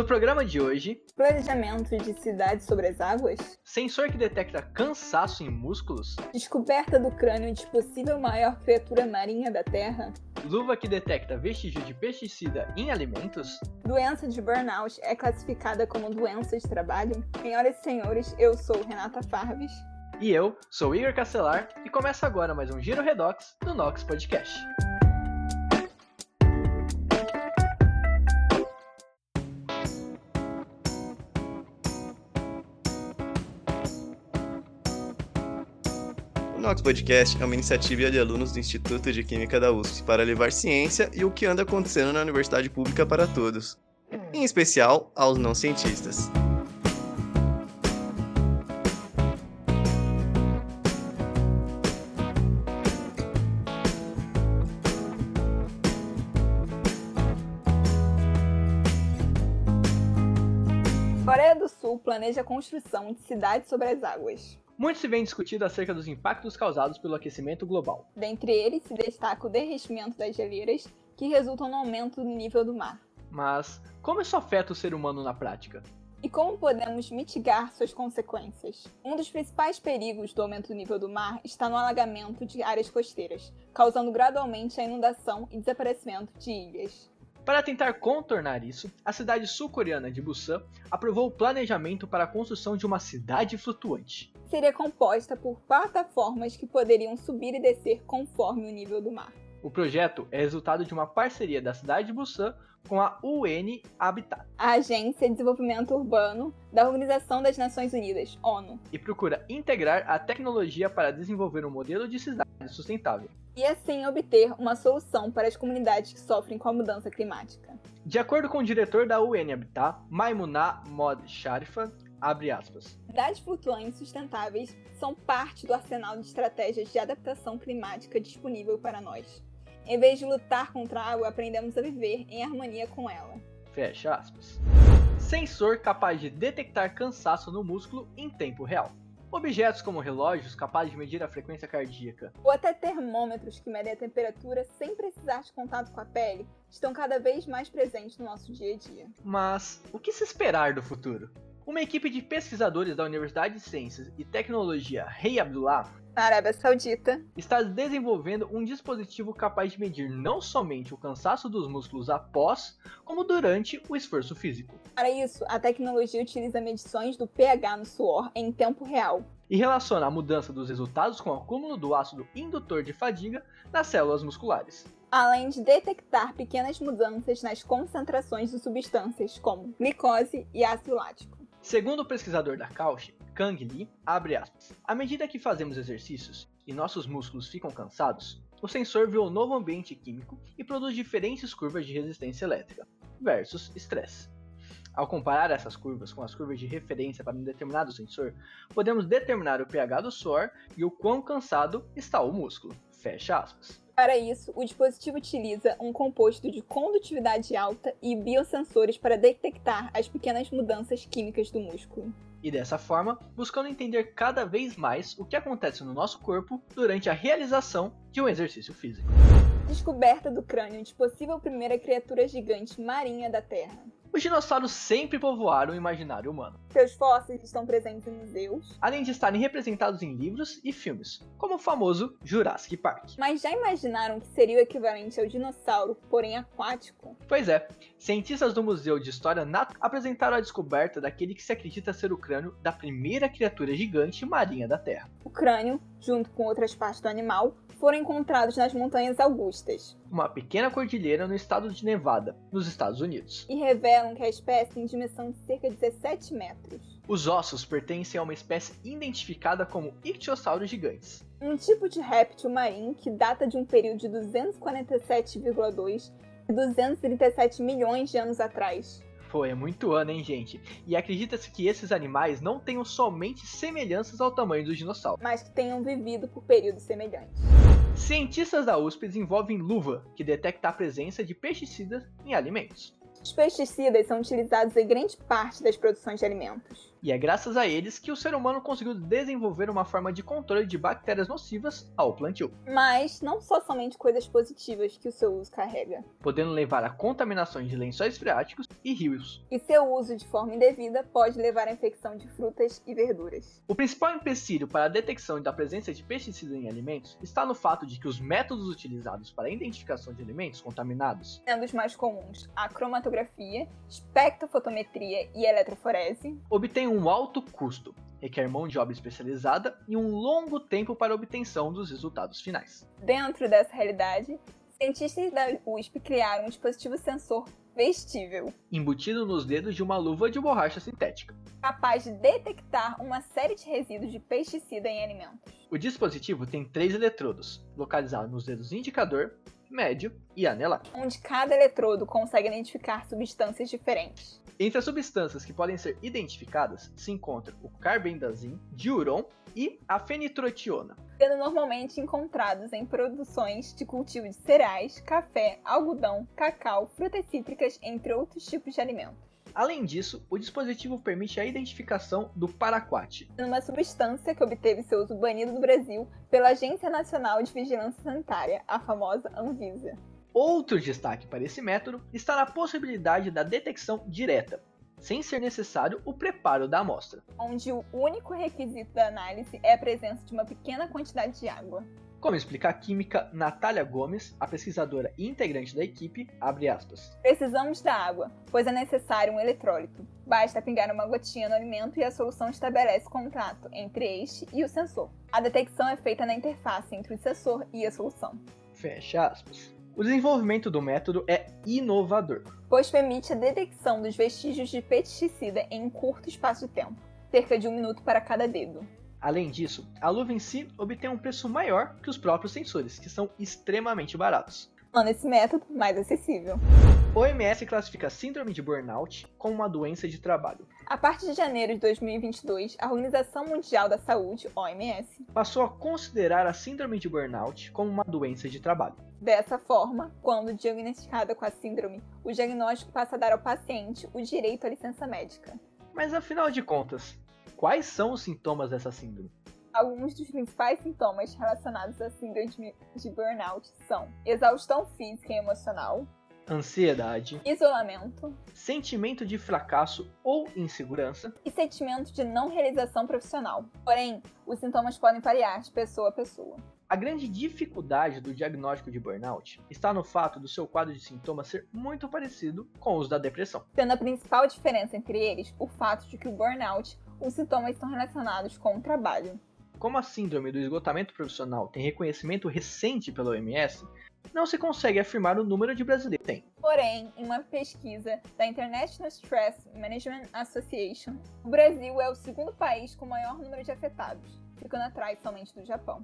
No programa de hoje, planejamento de cidades sobre as águas, sensor que detecta cansaço em músculos, descoberta do crânio de possível maior criatura marinha da Terra, luva que detecta vestígio de pesticida em alimentos, doença de burnout é classificada como doença de trabalho. Senhoras e senhores, eu sou Renata Farves. E eu sou Igor Castelar e começa agora mais um Giro Redox do Nox Podcast. O Nox Podcast é uma iniciativa de alunos do Instituto de Química da USP para levar ciência e o que anda acontecendo na universidade pública para todos, em especial aos não cientistas. Coreia do Sul planeja a construção de cidades sobre as águas. Muito se vem discutido acerca dos impactos causados pelo aquecimento global. Dentre eles se destaca o derretimento das geleiras, que resultam no aumento do nível do mar. Mas como isso afeta o ser humano na prática? E como podemos mitigar suas consequências? Um dos principais perigos do aumento do nível do mar está no alagamento de áreas costeiras, causando gradualmente a inundação e desaparecimento de ilhas. Para tentar contornar isso, a cidade sul-coreana de Busan aprovou o planejamento para a construção de uma cidade flutuante. Seria composta por plataformas que poderiam subir e descer conforme o nível do mar. O projeto é resultado de uma parceria da cidade de Busan com a UN Habitat, a Agência de Desenvolvimento Urbano da Organização das Nações Unidas, ONU, e procura integrar a tecnologia para desenvolver um modelo de cidade sustentável. E assim obter uma solução para as comunidades que sofrem com a mudança climática. De acordo com o diretor da UN Habitat, Maimouna Mod Sharifa, abre aspas, cidades flutuantes sustentáveis são parte do arsenal de estratégias de adaptação climática disponível para nós. Em vez de lutar contra a água, aprendemos a viver em harmonia com ela. Fecha aspas. Sensor capaz de detectar cansaço no músculo em tempo real. Objetos como relógios capazes de medir a frequência cardíaca, ou até termômetros que medem a temperatura sem precisar de contato com a pele, estão cada vez mais presentes no nosso dia a dia. Mas o que se esperar do futuro? Uma equipe de pesquisadores da Universidade de Ciências e Tecnologia Rei Abdullah, na Arábia Saudita, está desenvolvendo um dispositivo capaz de medir não somente o cansaço dos músculos após, como durante o esforço físico. Para isso, a tecnologia utiliza medições do pH no suor em tempo real e relaciona a mudança dos resultados com o acúmulo do ácido indutor de fadiga nas células musculares, além de detectar pequenas mudanças nas concentrações de substâncias como glicose e ácido lático. Segundo o pesquisador da Cauchy, Kang Lee, abre aspas, à medida que fazemos exercícios e nossos músculos ficam cansados, o sensor vê um novo ambiente químico e produz diferentes curvas de resistência elétrica versus estresse. Ao comparar essas curvas com as curvas de referência para um determinado sensor, podemos determinar o pH do suor e o quão cansado está o músculo. Fecha aspas. Para isso, o dispositivo utiliza um composto de condutividade alta e biosensores para detectar as pequenas mudanças químicas do músculo. E dessa forma, buscando entender cada vez mais o que acontece no nosso corpo durante a realização de um exercício físico. Descoberta do crânio de possível primeira criatura gigante marinha da Terra. Os dinossauros sempre povoaram o imaginário humano. Seus fósseis estão presentes em museus, além de estarem representados em livros e filmes, como o famoso Jurassic Park. Mas já imaginaram que seria o equivalente ao dinossauro, porém aquático? Pois é, cientistas do Museu de História Natural apresentaram a descoberta daquele que se acredita ser o crânio da primeira criatura gigante marinha da Terra. O crânio, junto com outras partes do animal, foram encontrados nas Montanhas Augustas, uma pequena cordilheira no estado de Nevada, nos Estados Unidos, e revelam que a espécie tem dimensão de cerca de 17 metros. Os ossos pertencem a uma espécie identificada como ictiossauros gigantes, um tipo de réptil marinho que data de um período de 247,2 e 237 milhões de anos atrás. Pô, é muito ano, hein, gente? E acredita-se que esses animais não tenham somente semelhanças ao tamanho dos dinossauros, mas que tenham vivido por períodos semelhantes. Cientistas da USP desenvolvem luva que detecta a presença de pesticidas em alimentos. Os pesticidas são utilizados em grande parte das produções de alimentos. E é graças a eles que o ser humano conseguiu desenvolver uma forma de controle de bactérias nocivas ao plantio, Mas não só somente coisas positivas que o seu uso carrega. podendo levar a contaminações de lençóis freáticos e rios. E seu uso de forma indevida pode levar à infecção de frutas e verduras. O principal empecilho para a detecção da presença de pesticidas em alimentos está no fato de que os métodos utilizados para a identificação de alimentos contaminados, Sendo os mais comuns a cromatografia, espectrofotometria e eletroforese, obtêm um alto custo, requer mão de obra especializada e um longo tempo para a obtenção dos resultados finais. dentro dessa realidade, cientistas da USP criaram um dispositivo sensor vestível, Embutido nos dedos de uma luva de borracha sintética. capaz de detectar uma série de resíduos de pesticida em alimentos. O dispositivo tem 3 eletrodos, localizados nos dedos indicador, médio e anelar. Onde cada eletrodo consegue identificar substâncias diferentes. Entre as substâncias que podem ser identificadas se encontram o carbendazim, diuron e a fenitrotiona. Sendo normalmente encontrados em produções de cultivo de cereais, café, algodão, cacau, frutas cítricas, entre outros tipos de alimentos. Além disso, o dispositivo permite a identificação do paraquat, Sendo uma substância que obteve seu uso banido no Brasil pela Agência Nacional de Vigilância Sanitária, a famosa Anvisa. Outro destaque para esse método está na possibilidade da detecção direta, sem ser necessário o preparo da amostra. Onde o único requisito da análise é a presença de uma pequena quantidade de água. Como explica a química Natália Gomes, a pesquisadora e integrante da equipe, abre aspas. Precisamos da água, pois é necessário um eletrólito. Basta pingar uma gotinha no alimento e a solução estabelece contato entre este e o sensor. A detecção é feita na interface entre o sensor e a solução, Fecha aspas. O desenvolvimento do método é inovador, pois permite a detecção dos vestígios de pesticida em um curto espaço de tempo, cerca de 1 minuto para cada dedo. Além disso, a luva em si obtém um preço maior que os próprios sensores, que são extremamente baratos. Tornando esse método mais acessível. O OMS classifica a síndrome de burnout como uma doença de trabalho. A partir de janeiro de 2022, a Organização Mundial da Saúde, OMS, Passou a considerar a síndrome de burnout como uma doença de trabalho. dessa forma, quando diagnosticada com a síndrome, o diagnóstico passa a dar ao paciente o direito à licença médica. Mas afinal de contas, quais são os sintomas dessa síndrome? Alguns dos principais sintomas relacionados à síndrome de burnout são exaustão física e emocional, Ansiedade, isolamento sentimento de fracasso ou insegurança, e sentimento de não realização profissional. Porém, os sintomas podem variar de pessoa a pessoa. A grande dificuldade do diagnóstico de burnout está no fato do seu quadro de sintomas ser muito parecido com os da depressão. Sendo a principal diferença entre eles o fato de que o burnout, os sintomas são relacionados com o trabalho. Como a síndrome do esgotamento profissional tem reconhecimento recente pela OMS, não se consegue afirmar o número de brasileiros que tem. Porém, em uma pesquisa da International Stress Management Association, o Brasil é o segundo país com o maior número de afetados, ficando atrás somente do Japão.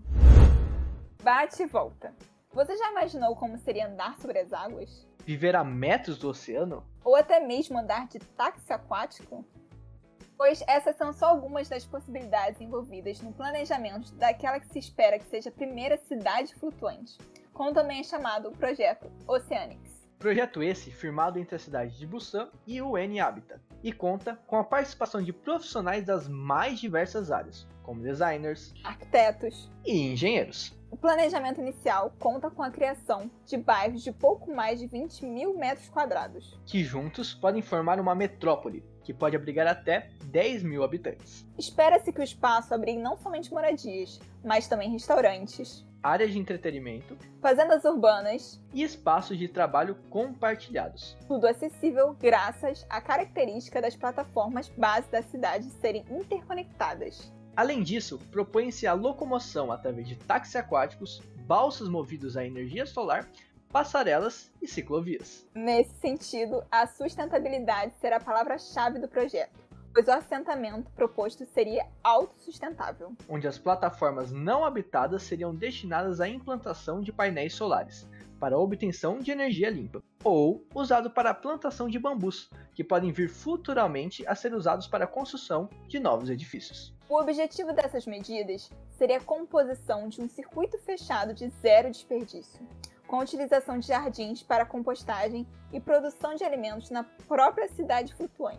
Bate e volta. Você já imaginou como seria andar sobre as águas? Viver a metros do oceano? Ou até mesmo andar de táxi aquático? Pois essas são só algumas das possibilidades envolvidas no planejamento daquela que se espera que seja a primeira cidade flutuante, como também é chamado o Projeto Oceanics. Projeto esse firmado entre a cidade de Busan e o UN Habitat, e conta com a participação de profissionais das mais diversas áreas, como designers Arquitetos. e engenheiros. O planejamento inicial conta com a criação de bairros de pouco mais de 20 mil metros quadrados. Que juntos podem formar uma metrópole, que pode abrigar até 10 mil habitantes. Espera-se que o espaço abrigue não somente moradias, mas também restaurantes, Áreas de entretenimento fazendas urbanas, e espaços de trabalho compartilhados. tudo acessível graças à característica das plataformas base da cidade serem interconectadas. Além disso, propõe-se a locomoção através de táxis aquáticos, balsas movidos a energia solar, passarelas e ciclovias. Nesse sentido, a sustentabilidade será a palavra-chave do projeto, pois o assentamento proposto seria autossustentável. Onde as plataformas não habitadas seriam destinadas à implantação de painéis solares, para a obtenção de energia limpa, ou usado para a plantação de bambus, que podem vir futuramente a ser usados para a construção de novos edifícios. O objetivo dessas medidas seria a composição de um circuito fechado de zero desperdício, com a utilização de jardins para compostagem e produção de alimentos na própria cidade flutuante.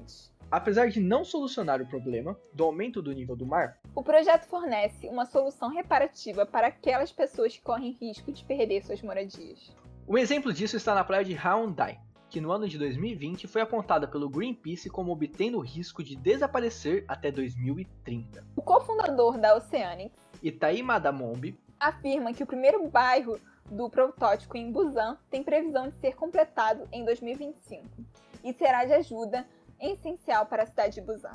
Apesar de não solucionar o problema do aumento do nível do mar, o projeto fornece uma solução reparativa para aquelas pessoas que correm risco de perder suas moradias. Um exemplo disso está na praia de Haeundae, que no ano de 2020 foi apontada pelo Greenpeace como obtendo o risco de desaparecer até 2030. O cofundador da Oceanics, Itai Madamombi, afirma que o primeiro bairro do protótipo em Busan tem previsão de ser completado em 2025 e será de ajuda essencial para a cidade de Busan.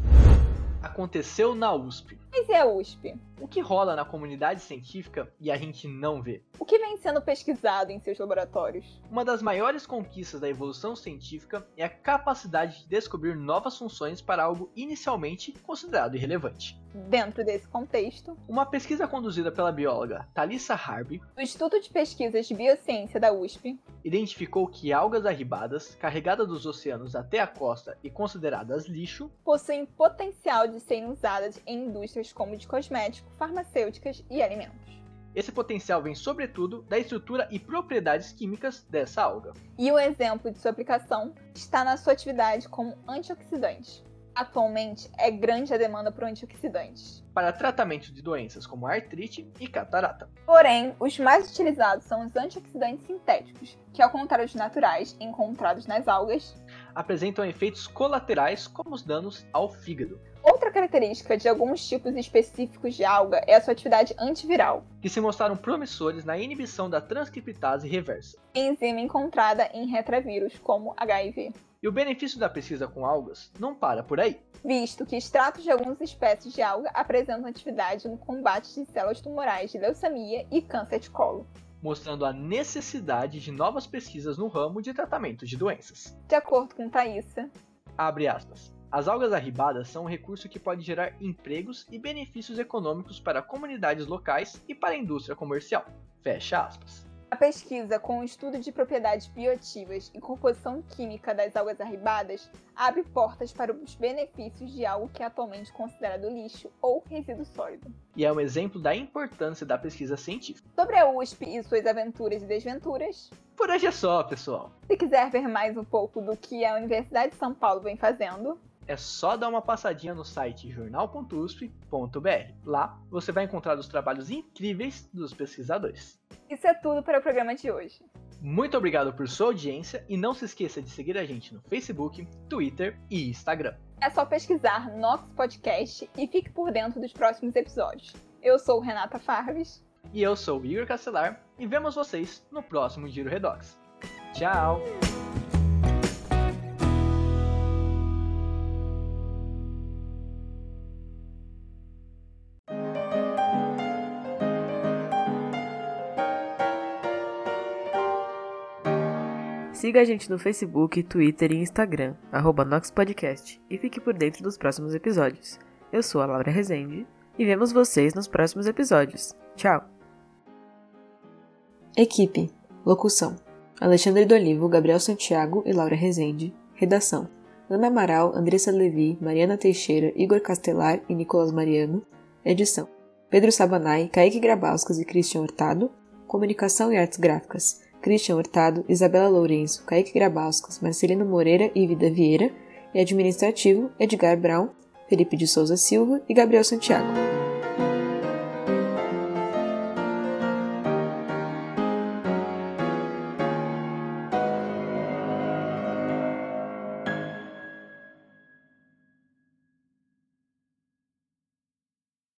Aconteceu na USP. Mas e a USP? O que rola na comunidade científica e a gente não vê? O que vem sendo pesquisado em seus laboratórios? Uma das maiores conquistas da evolução científica é a capacidade de descobrir novas funções para algo inicialmente considerado irrelevante. Dentro desse contexto, uma pesquisa conduzida pela bióloga Thalissa Harvey, do Instituto de Pesquisas de Biociência da USP, identificou que algas arribadas, carregadas dos oceanos até a costa e consideradas lixo, possuem potencial de serem usadas em indústrias como de cosméticos, farmacêuticas e alimentos. Esse potencial vem sobretudo da estrutura e propriedades químicas dessa alga. E o exemplo de sua aplicação está na sua atividade como antioxidante. Atualmente, é grande a demanda por antioxidantes para tratamento de doenças como artrite e catarata. Porém, os mais utilizados são os antioxidantes sintéticos, que, ao contrário dos naturais encontrados nas algas, apresentam efeitos colaterais como os danos ao fígado. Outra característica de alguns tipos específicos de alga é a sua atividade antiviral, que se mostraram promissores na inibição da transcriptase reversa, enzima encontrada em retravírus como HIV. E o benefício da pesquisa com algas não para por aí, visto que extratos de algumas espécies de alga apresentam atividade no combate de células tumorais de leucemia e câncer de colo, mostrando a necessidade de novas pesquisas no ramo de tratamento de doenças. De acordo com Thaisa, abre aspas, as algas arribadas são um recurso que pode gerar empregos e benefícios econômicos para comunidades locais e para a indústria comercial. Fecha aspas. A pesquisa com o estudo de propriedades bioativas e composição química das algas arribadas abre portas para os benefícios de algo que é atualmente considerado lixo ou resíduo sólido. E é um exemplo da importância da pesquisa científica. Sobre a USP e suas aventuras e desventuras, por hoje é só, pessoal. Se quiser ver mais um pouco do que a Universidade de São Paulo vem fazendo, é só dar uma passadinha no site jornal.usp.br. Lá você vai encontrar os trabalhos incríveis dos pesquisadores. Isso é tudo para o programa de hoje. Muito obrigado por sua audiência e não se esqueça de seguir a gente no Facebook, Twitter e Instagram. É só pesquisar Nox Podcast e fique por dentro dos próximos episódios. Eu sou Renata Farves. E eu sou o Igor Castelar e vemos vocês no próximo Giro Redox. Tchau! Siga a gente no Facebook, Twitter e Instagram, @NoxPodcast, e fique por dentro dos próximos episódios. Eu sou a Laura Rezende e vemos vocês nos próximos episódios. Tchau! Equipe. Locução: Alexandre Dolivo, Gabriel Santiago e Laura Rezende. Redação: Ana Amaral, Andressa Levi, Mariana Teixeira, Igor Castelar e Nicolas Mariano. Edição: Pedro Sabanai, Kaique Grabauskas e Christian Hurtado. Comunicação e artes gráficas: Christian Hurtado, Isabela Lourenço, Kaique Grabauskas, Marcelino Moreira e Vida Vieira, e administrativo, Edgar Brown, Felipe de Souza Silva e Gabriel Santiago.